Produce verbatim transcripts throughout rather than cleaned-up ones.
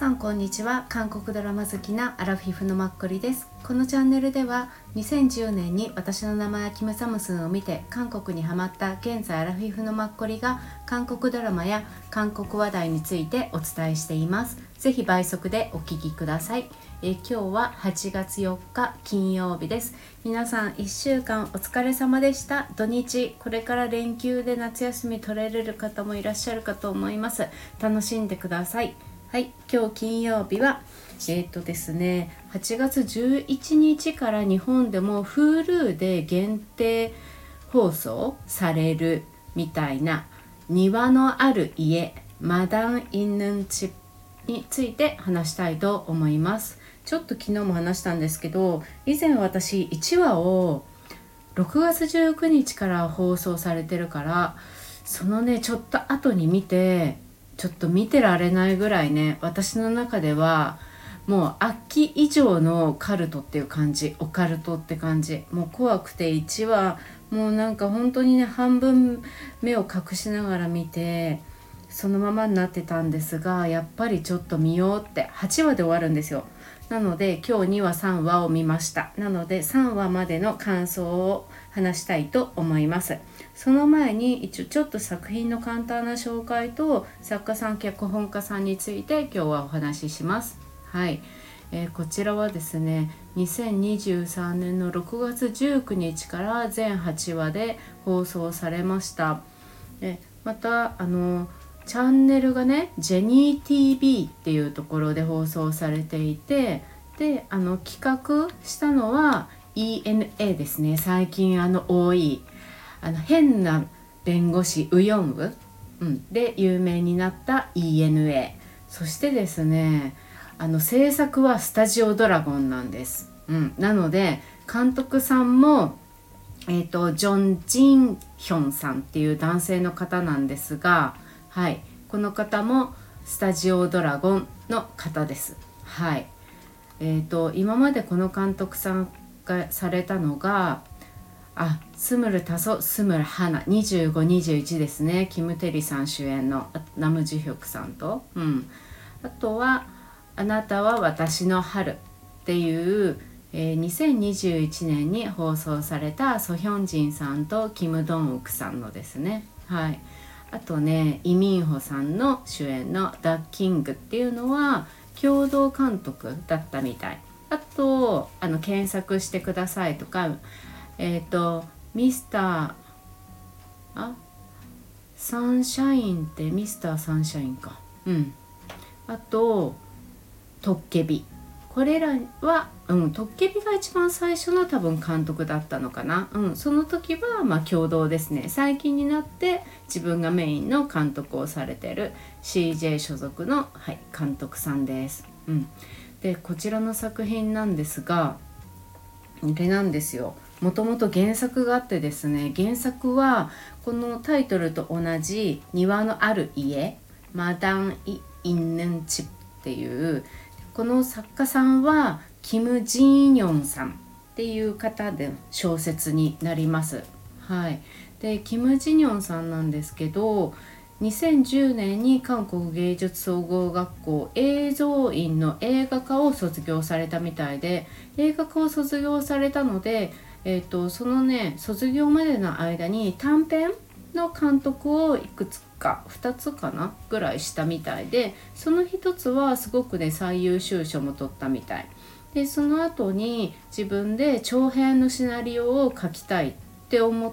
さんこんにちは。韓国ドラマ好きなアラフィフのマッコリです。このチャンネルではにせんじゅうねんに私の名前はキムサムスンを見て韓国にハマった現在アラフィフのマッコリが韓国ドラマや韓国話題についてお伝えしています。ぜひ倍速でお聞きください。え今日ははちがつよっか金曜日です。皆さんいっしゅうかんお疲れ様でした。土日これから連休で夏休み取れる方もいらっしゃるかと思います。楽しんでください。はい、今日金曜日はえっとですねはちがつじゅういちにちから日本でも Hulu で限定放送されるみたいな庭のある家マダンインヌンチについて話したいと思います。ちょっと昨日も話したんですけど、以前私いちわをろくがつじゅうくにちから放送されてるから、そのねちょっと後に見てちょっと見てられないぐらいね、私の中ではもう秋以上のカルトっていう感じ、オカルトって感じ、もう怖くていちわもうなんか本当にね半分目を隠しながら見てそのままになってたんですが、やっぱりちょっと見ようってはちわで終わるんですよ。なので今日にわさんわを見ました。なのでさんわまでの感想を話したいと思います。その前に一応ちょっと作品の簡単な紹介と作家さん脚本家さんについて今日はお話しします。はい、えー、こちらはですねにせんにじゅうさんねんのろくがつじゅうくにちから全はちわで放送されました。でまたあのチャンネルがねジェニー ティービー っていうところで放送されていて、であの企画したのは イーエヌエー ですね。最近あの多いあの変な弁護士ウヨンウ、うん、で有名になった イーエヌエー。 そしてですねあの制作はスタジオドラゴンなんです、うん、なので監督さんもえーと、ジョン・ジンヒョンさんっていう男性の方なんですが、はい、この方もスタジオドラゴンの方です。はい、えーと、今までこの監督さんがされたのがあスムルタソスムルハナにじゅうご、にじゅういちですね。キム・テリさん主演のナム・ジヒョクさんと、うん、あとはあなたは私の春っていうえー、にせんにじゅういちねんに放送されたソヒョンジンさんとキム・ドンウクさんのですね、はい、あとねイ・ミンホさんの主演のダ・キングっていうのは共同監督だったみたい。あとあの検索してくださいとか、えっとミスターあサンシャインってミスターサンシャインか、うん、あとトッケビ、これらは、うん、トッケビが一番最初の多分監督だったのかな、うん、その時はまあ共同ですね。最近になって自分がメインの監督をされている シージェー 所属の、はい、監督さんです、うん、でこちらの作品なんですがあれなんですよ、もともと原作があってですね、原作はこのタイトルと同じ庭のある家マダン・イ・インヌンチっていうこの作家さんはキム・ジンヨンさんっていう方で小説になります。はい、でキム・ジンヨンさんなんですけどにせんじゅうねんに韓国芸術総合学校映像院の映画科を卒業されたみたいで、映画科を卒業されたので、えーと、そのね卒業までの間に短編の監督をいくつかふたつかなぐらいしたみたいで、そのひとつはすごくね最優秀賞も取ったみたいで、その後に自分で長編のシナリオを書きたいって思って、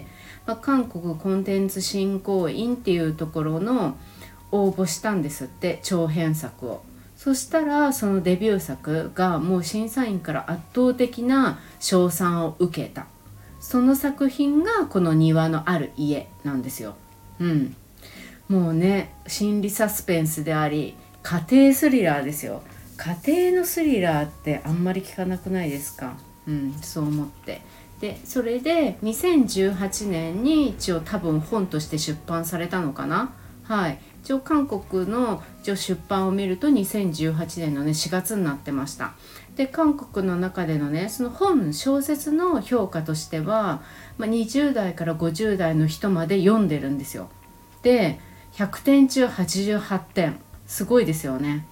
まあ、韓国コンテンツ振興院っていうところの応募したんですって、長編作を。そしたらそのデビュー作がもう審査員から圧倒的な称賛を受けた。その作品がこの庭のある家なんですよ。うん、もうね心理サスペンスであり家庭スリラーですよ。家庭のスリラーってあんまり聞かなくないですか。うん、そう思ってでそれでにせんじゅうはちねんに一応多分本として出版されたのかな。はい、一応韓国の一応出版を見るとにせんじゅうはちねんの、ね、しがつになってました。で韓国の中でのねその本小説の評価としては、まあ、にじゅうだいからごじゅうだいの人まで読んでるんですよ。でひゃくてん中はちじゅうはってん、すごいですよね。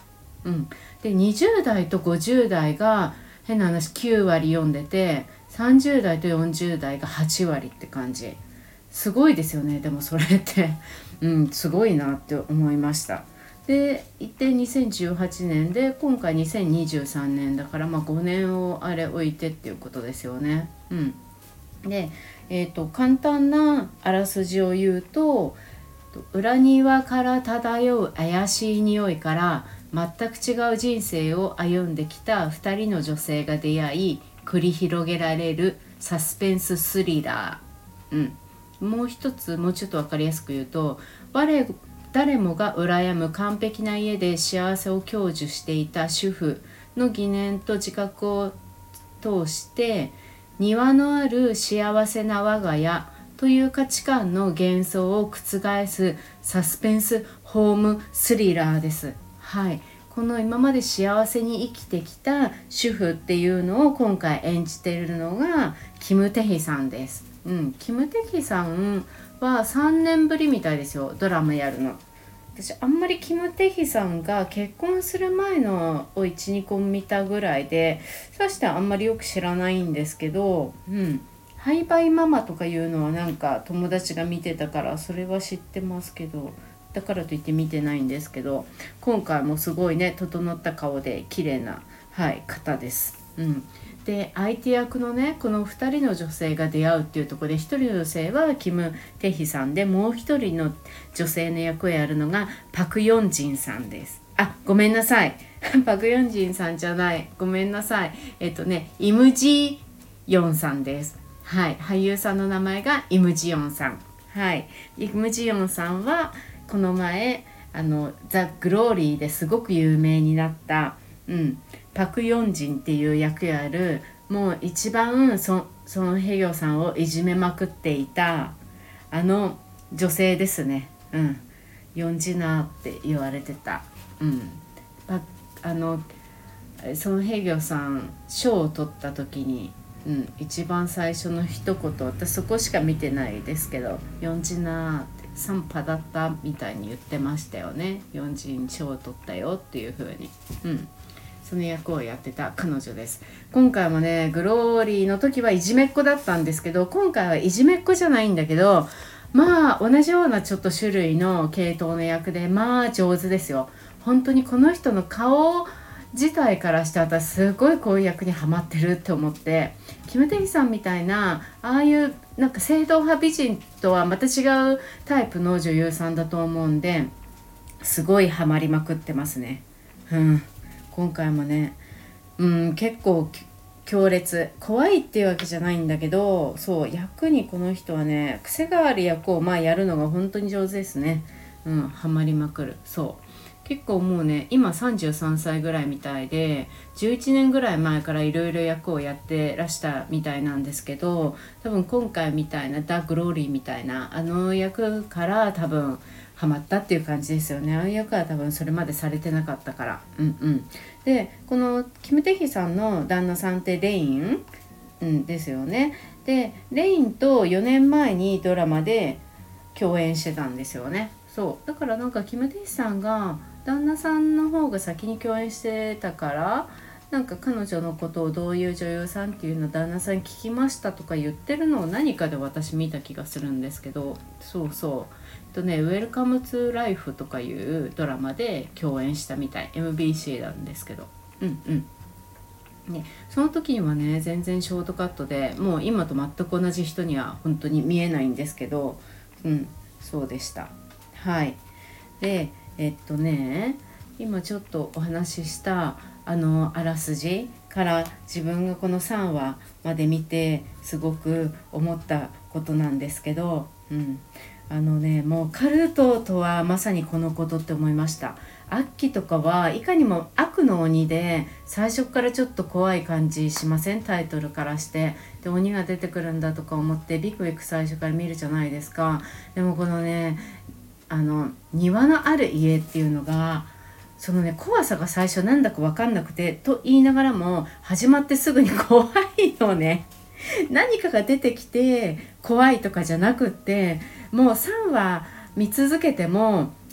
うん、でにじゅう代とごじゅう代が変な話きゅう割読んでて、さんじゅう代とよんじゅう代がはち割って感じ。すごいですよね。でもそれってうんすごいなって思いました。で一定にせんじゅうはちねんで今回にせんにじゅうさんねんだから、まあ、ごねんをあれ置いてっていうことですよね。うん、で、えーと、簡単なあらすじを言うと、裏庭から漂う怪しい匂いから全く違う人生を歩んできたふたりの女性が出会い繰り広げられるサスペンススリラー。うん、もう一つもうちょっと分かりやすく言うと、我誰もが羨む完璧な家で幸せを享受していた主婦の疑念と自覚を通して庭のある幸せな我が家という価値観の幻想を覆すサスペンスホームスリラーです。はい、この今まで幸せに生きてきた主婦っていうのを今回演じているのがキム・テヒさんです。うん、キム・テヒさんはさんねんぶりみたいですよ、ドラマやるの。私あんまりキム・テヒさんが結婚する前のを いち,に 個見たぐらいで、そしてあんまりよく知らないんですけど、うん、ハイバイママとかいうのはなんか友達が見てたからそれは知ってますけど、だからといって見てないんですけど、今回もすごいね整った顔で綺麗な、はい、方です。うん、で相手役のねこのふたりの女性が出会うっていうところで、ひとりの女性はキム・テヒさんで、もうひとりの女性の役をやるのがパク・ヨンジンさんです。あ、ごめんなさいパク・ヨンジンさんじゃない、ごめんなさい。えっとねイムジヨンさんです。はい、俳優さんの名前がイムジヨンさん。はい、イムジヨンさんはこの前あのザ・グローリーですごく有名になった、うん、パク・ヨンジンっていう役やる、もう一番ソン・ヘギョさんをいじめまくっていたあの女性ですね。うん、ヨンジナーって言われてた。うん、あのソン・ヘギョさん賞を取った時に、うん、一番最初の一言、私そこしか見てないですけど、ヨンジナーってサンパだったみたいに言ってましたよね。ヨンジン賞を取ったよっていう風に、うん、その役をやってた彼女です。今回もねグローリーの時はいじめっ子だったんですけど、今回はいじめっ子じゃないんだけど、まあ同じようなちょっと種類の系統の役で、まあ上手ですよ。本当にこの人の顔自体からして私すごいこういう役にハマってるって思って、キム・テヒさんみたいなああいうなんか正統派美人とはまた違うタイプの女優さんだと思うんで、すごいハマりまくってますね。うん、今回もね、うん、結構強烈、怖いっていうわけじゃないんだけど、そう役にこの人はね癖がある役をまあやるのが本当に上手ですね。うん、ハマりまくる。そう結構もうね今さんじゅうさんさいぐらいみたいで、じゅういちねんぐらい前からいろいろ役をやってらしたみたいなんですけど、多分今回みたいなダ・グローリーみたいなあの役から多分ハマったっていう感じですよね。ああいう役は多分それまでされてなかったから。うんうん。でこのキム・テヒさんの旦那さんってレイン、うん、ですよね。でレインとよねんまえにドラマで共演してたんですよね。そうだからなんかキム・テヒさんが旦那さんの方が先に共演してたから、なんか彼女のことをどういう女優さんっていうのを旦那さんに聞きましたとか言ってるのを何かで私見た気がするんですけど、そうそうえっとね「ウェルカム・ツー・ライフ」とかいうドラマで共演したみたい、 エムビーシー なんですけど、うんうんね、その時にはね全然ショートカットで、もう今と全く同じ人には本当に見えないんですけど、うんそうでした。はい。でえっとね今ちょっとお話ししたあのあらすじから自分がこのさんわまで見てすごく思ったことなんですけど、うん、あのねもうカルトとはまさにこのことって思いました。アッキとかはいかにも悪の鬼で最初からちょっと怖い感じしません？タイトルからして。で鬼が出てくるんだとか思ってビクビク最初から見るじゃないですか。でもこのねあの庭のある家っていうのがそのね怖さが最初なんだか分かんなくてと言いながらも始まってすぐに怖いのね何かが出てきて怖いとかじゃなくって、もうさんわ見続けても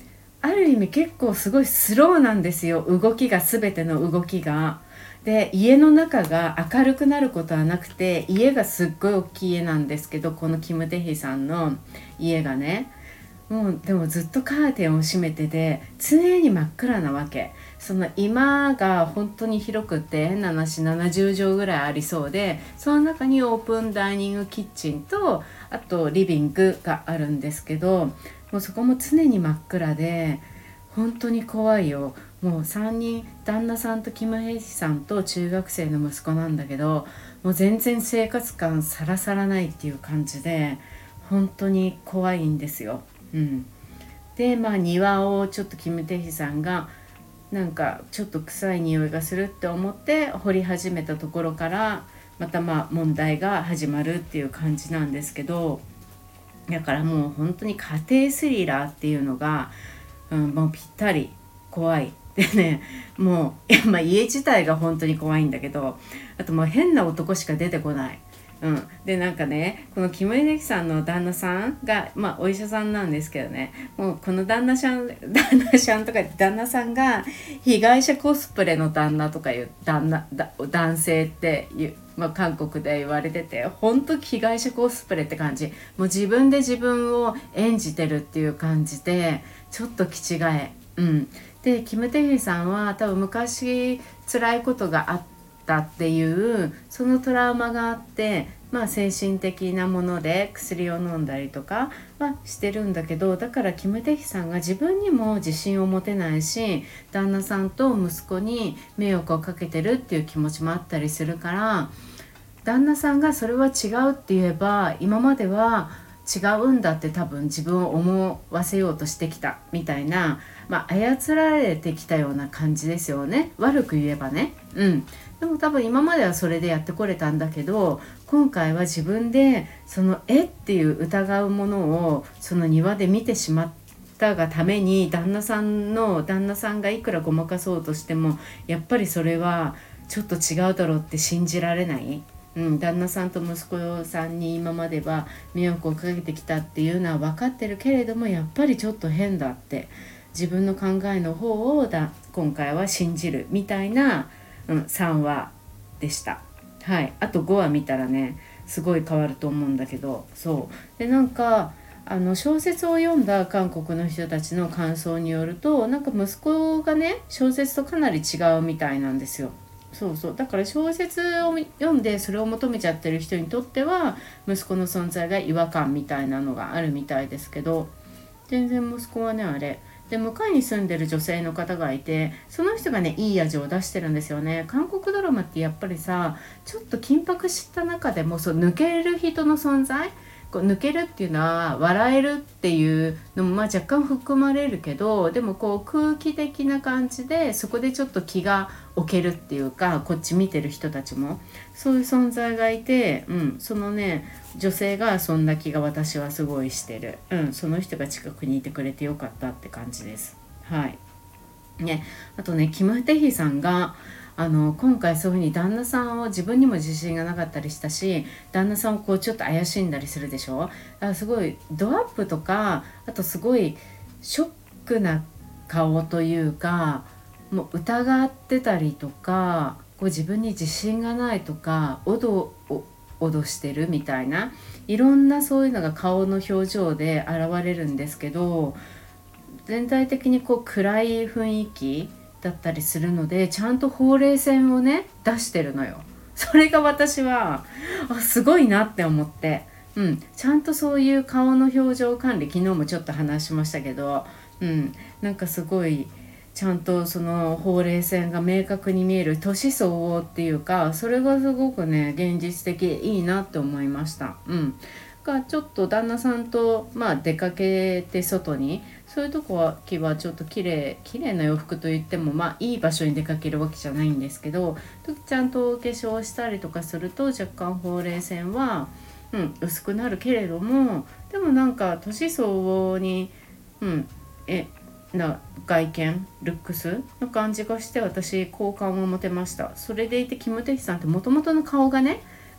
ある意味結構すごいスローなんですよ、動きが、全ての動きが。で家の中が明るくなることはなくて、家がすっごい大きい家なんですけど、このキム・テヒさんの家がね、もうでもずっとカーテンを閉めてて常に真っ暗なわけ。その居間が本当に広くて、変な話ななじゅうじょうぐらいありそうで、その中にオープンダイニングキッチンとあとリビングがあるんですけど、もうそこも常に真っ暗で本当に怖いよ。もうさんにん、旦那さんとキム・ヘイさんと中学生の息子なんだけど、もう全然生活感さらさらないっていう感じで本当に怖いんですよ。うん、でまあ庭をちょっとキム・テヒさんがなんかちょっと臭い匂いがするって思って掘り始めたところから、またまあ問題が始まるっていう感じなんですけど、だからもう本当に家庭スリラーっていうのが、うん、もうぴったり怖いでね。もういや、まあ、家自体が本当に怖いんだけど、あともう変な男しか出てこない。うん、でなんかね、このキム・イネキさんの旦那さんが、まあ、お医者さんなんですけどね、もうこの旦那さん旦那さんとか旦那さんが被害者コスプレの旦那とかいう旦那だ男性っていう、まあ、韓国で言われてて、本当被害者コスプレって感じ。もう自分で自分を演じてるっていう感じで、ちょっと気違え。うん、でキム・テヒさんは多分昔辛いことがあったっていうそのトラウマがあって、まあ、精神的なもので薬を飲んだりとかはしてるんだけど、だからキム・テヒさんが自分にも自信を持てないし、旦那さんと息子に迷惑をかけてるっていう気持ちもあったりするから、旦那さんがそれは違うって言えば、今までは違うんだって多分自分を思わせようとしてきたみたいな、まあ、操られてきたような感じですよね、悪く言えばね。うん、でも多分今まではそれでやってこれたんだけど、今回は自分でそのえっていう疑うものをその庭で見てしまったがために、旦那さんの旦那さんがいくらごまかそうとしてもやっぱりそれはちょっと違うだろうって信じられない。うん、旦那さんと息子さんに今までは迷惑をかけてきたっていうのは分かってるけれども、やっぱりちょっと変だって自分の考えの方をだ今回は信じるみたいな、うん、さんわでした。はい、あとごわ見たらねすごい変わると思うんだけど、そうでなんかあの小説を読んだ韓国の人たちの感想によると、なんか息子がね小説とかなり違うみたいなんですよ。そうそう、だから小説を読んでそれを求めちゃってる人にとっては息子の存在が違和感みたいなのがあるみたいですけど、全然息子はねあれで、向かいに住んでる女性の方がいて、その人がねいい味を出してるんですよね。韓国ドラマってやっぱりさ、ちょっと緊迫した中でもそう抜ける人の存在、こう抜けるっていうのは笑えるっていうのもまあ若干含まれるけど、でもこう空気的な感じでそこでちょっと気が置けるっていうか、こっち見てる人たちもそういう存在がいて、うん、そのね女性がそんな気が私はすごいしてる。うん、その人が近くにいてくれてよかったって感じです。はいね、あとねキム・テヒさんがあの今回そういう風に旦那さんを、自分にも自信がなかったりしたし、旦那さんをこうちょっと怪しんだりするでしょ。だからすごいドアップとか、あとすごいショックな顔というか、もう疑ってたりとか、こう自分に自信がないとか、おどお脅してるみたいな、いろんなそういうのが顔の表情で現れるんですけど、全体的にこう暗い雰囲気だったりするので、ちゃんとほうれい線をね出してるのよ。それが私はあすごいなって思って、うん、ちゃんとそういう顔の表情管理、昨日もちょっと話しましたけど、うん、なんかすごいちゃんとそのほうれい線が明確に見える、年相応っていうか、それがすごくね現実的でいいなって思いました。うん、がちょっと旦那さんと、まあ、出かけて外に、そういうとこは気はちょっと綺麗綺麗な洋服といっても、まあいい場所に出かけるわけじゃないんですけど、ちゃんとお化粧したりとかすると若干ほうれい線は、うん、薄くなるけれども、でもなんか年相応に、うん、えな外見ルックスの感じがして、私好感を持てました。それでいてキム・テヒさんってもともとの顔がね、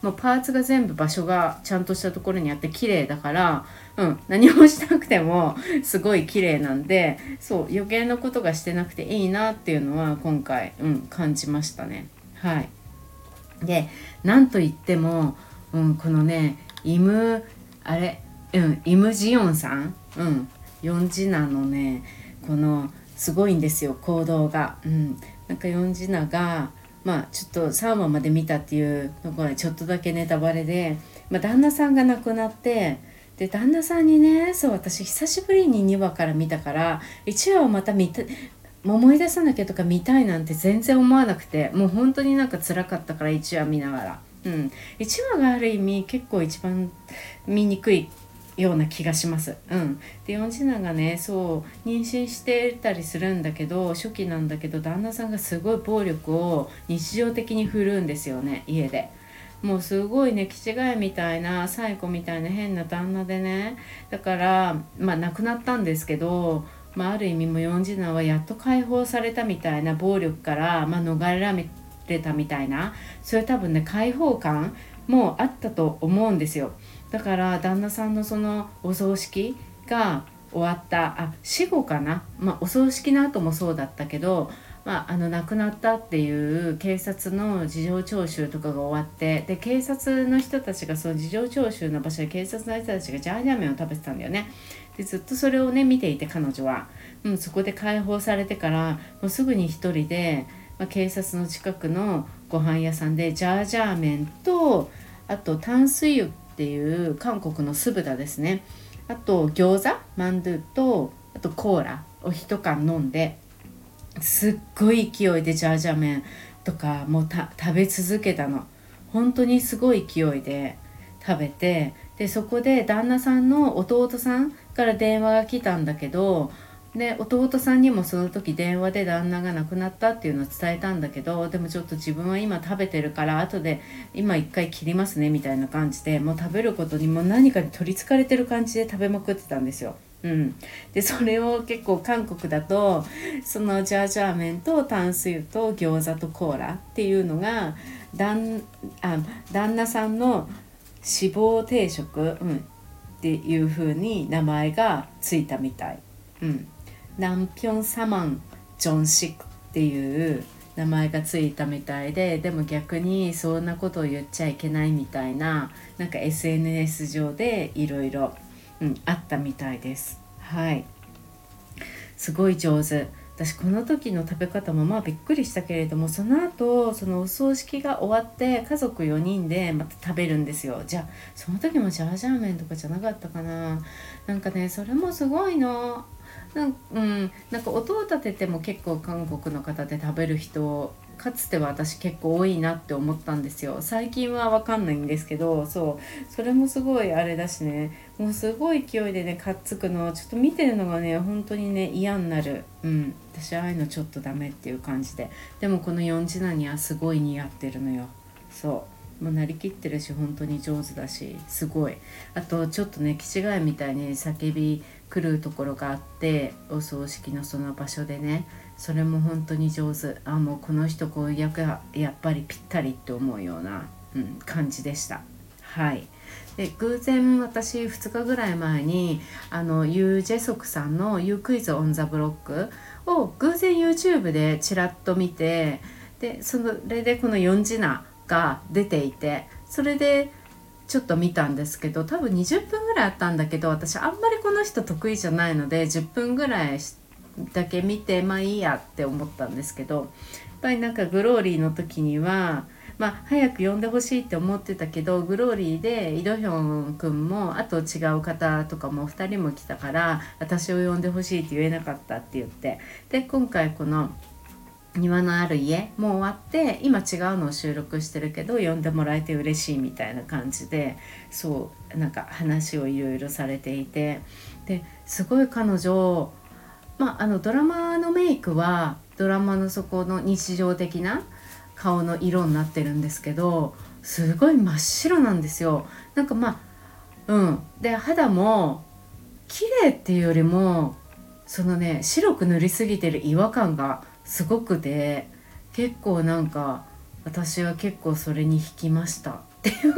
もうパーツが全部場所がちゃんとしたところにあって綺麗だから、うん、何もしなくてもすごい綺麗なんで、そう余計なことがしてなくていいなっていうのは今回、うん、感じましたね。はい。でなんといっても、うん、このねイムあれ、うん、イムジヨンさん、うん、よん次男のねこのすごいんですよ行動が、うん、なんかよん次男がまあちょっとさんわまで見たっていうのがちょっとだけネタバレで、まあ、旦那さんが亡くなって、で旦那さんにね、そう私久しぶりににわから見たからいちわをまた見た思い出さなきゃとか見たいなんて全然思わなくて、もう本当になんか辛かったからいちわ見ながら、うん、いちわがある意味結構一番見にくいような気がします。うん、でよん次男がねそう妊娠してたりするんだけど、初期なんだけど旦那さんがすごい暴力を日常的に振るうんですよね、家で。もうすごいね気違いみたいなサイコみたいな変な旦那でね、だからまあ亡くなったんですけど、まあ、ある意味もよん次男はやっと解放されたみたいな、暴力から、まあ、逃れられたみたいな、それ多分ね解放感もあったと思うんですよ。だから旦那さんのそのお葬式が終わったあ死後かな、まあ、お葬式の後もそうだったけど、まあ、あの亡くなったっていう警察の事情聴取とかが終わって、で警察の人たちがその事情聴取の場所で警察の人たちがジャージャー麺を食べてたんだよね。でずっとそれをね見ていて彼女は、うん、そこで解放されてからもうすぐに一人で、まあ、警察の近くのご飯屋さんでジャージャー麺と、あと淡水湯っていう韓国の酢豚ですね、あと餃子マンドゥとあとコーラを一缶飲んで、すっごい勢いでジャージャー麺とかもうた食べ続けたの。本当にすごい勢いで食べて、でそこで旦那さんの弟さんから電話が来たんだけど、で弟さんにもその時電話で旦那が亡くなったっていうのを伝えたんだけど、でもちょっと自分は今食べてるから後で今一回切りますねみたいな感じで、もう食べることにも何かに取りつかれてる感じで食べまくってたんですよ。うん、でそれを結構韓国だとそのジャージャー麺と淡水と餃子とコーラっていうのが旦あ旦那さんの死亡定食、うん、っていう風に名前がついたみたい。うん、ナンピョンサマンジョンシクっていう名前がついたみたいで、でも逆にそんなことを言っちゃいけないみたいな、なんか エスエヌエス 上でいろいろあったみたいです。はい、すごい上手。私この時の食べ方もまあびっくりしたけれども、その後そのお葬式が終わって家族よにんでまた食べるんですよ。じゃあその時もジャージャー麺とかじゃなかったかな。なんかねそれもすごいのなん、うん、なんか音を立てても結構韓国の方で食べる人かつては私結構多いなって思ったんですよ。最近は分かんないんですけど、そうそれもすごいあれだしね、もうすごい勢いでねかっつくのちょっと見てるのがね本当にね嫌になる。うん、私ああいうのちょっとダメっていう感じで、でもこのよん次男にはすごい似合ってるのよ。そうもうなりきってるし本当に上手だしすごい。あとちょっとね気違いみたいに叫び狂うところがあって、お葬式のその場所でね、それも本当に上手。あもうこの人こういう役がやっぱりぴったりって思うような、うん、感じでした。はい。で偶然私ふつかぐらい前にあのユー・ジェソクさんの You Quiz on the Block を偶然 YouTube でちらっと見て、でそれでこのよん次男が出ていて、それでちょっと見たんですけど、多分にじゅっぷんぐらいあったんだけど、私あんまりこの人得意じゃないのでじゅっぷんぐらいだけ見てまあいいやって思ったんですけど、やっぱりなんかグローリーの時にはまあ早く呼んでほしいって思ってたけど、グローリーでイドヒョン君もあと違う方とかもふたりも来たから私を呼んでほしいって言えなかったって言って、で今回この庭のある家もう終わって今違うのを収録してるけど呼んでもらえて嬉しいみたいな感じで、そうなんか話をいろいろされていて、ですごい彼女、まあ、あのドラマのメイクはドラマのそこの日常的な顔の色になってるんですけど、すごい真っ白なんですよ。なんかまあうんで肌も綺麗っていうよりもそのね白く塗りすぎてる違和感がすごくて、結構なんか私は結構それに引きましたっていう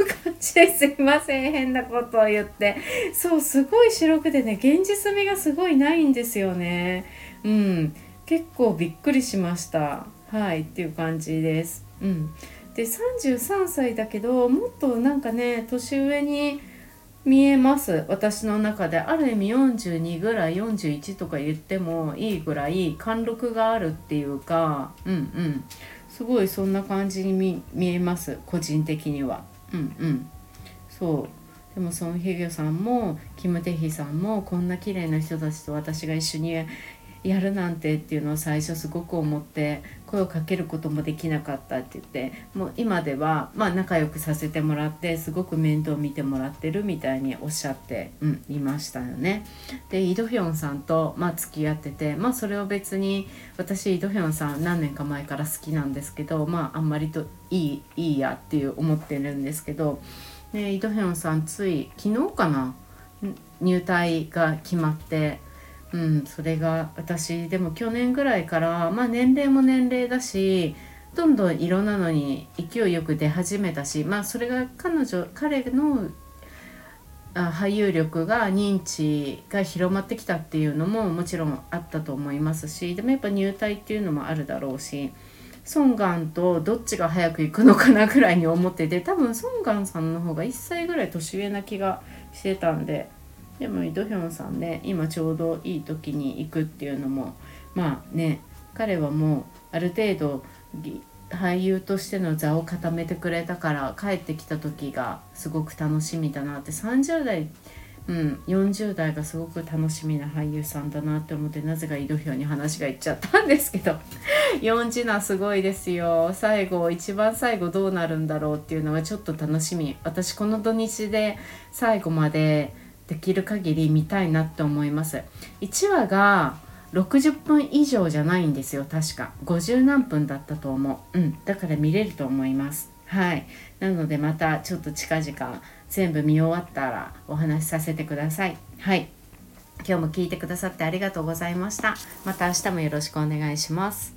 すいません、変なことを言って。そう、すごい白くてね、現実味がすごいないんですよね。うん、結構びっくりしました。はいっていう感じです。うん、でさんじゅうさんさいだけど、もっとなんかね年上に見えます。私の中である意味よんじゅうにぐらい、よんじゅういちとか言ってもいいぐらい貫禄があるっていうか、うんうん、すごいそんな感じに 見, 見えます、個人的には。うんうん、そうでもソン・ヒギョさんもキム・テヒさんもこんな綺麗な人たちと私が一緒にやるなんてっていうのを最初すごく思って、声をかけることもできなかったって言って、もう今ではまあ仲良くさせてもらって、すごく面倒見てもらってるみたいにおっしゃって、うん、いましたよね。でイ・ドヒョンさんと、まあ、付き合ってて、まあそれを別に私イ・ドヒョンさん何年か前から好きなんですけど、まああんまりといいいいやっていう思ってるんですけど、ね、イ・ドヒョンさんつい昨日かな、入隊が決まって、うん、それが私でも去年ぐらいから、まあ、年齢も年齢だし、どんどんいろんなのに勢いよく出始めたし、まあ、それが彼女彼のあ俳優力が、認知が広まってきたっていうのももちろんあったと思いますし、でもやっぱ入隊っていうのもあるだろうし、ソンガンとどっちが早く行くのかなぐらいに思ってて、多分ソンガンさんの方がいっさいぐらい年上な気がしてたんで、でもイ・ドヒョンさんね、今ちょうどいい時に行くっていうのも、まあね、彼はもうある程度俳優としての座を固めてくれたから、帰ってきた時がすごく楽しみだなって、さんじゅう代、うん、よんじゅう代がすごく楽しみな俳優さんだなって思って、なぜかイ・ドヒョンに話がいっちゃったんですけどよんじなすごいですよ。最後一番最後どうなるんだろうっていうのがちょっと楽しみ。私この土日で最後までできる限り見たいなって思います。いちわがろくじゅっぷん以上じゃないんですよ、確かごじゅう何分だったと思う。うん、だから見れると思います。はい、なのでまたちょっと近々全部見終わったらお話しさせてください。はい、今日も聞いてくださってありがとうございました。また明日もよろしくお願いします。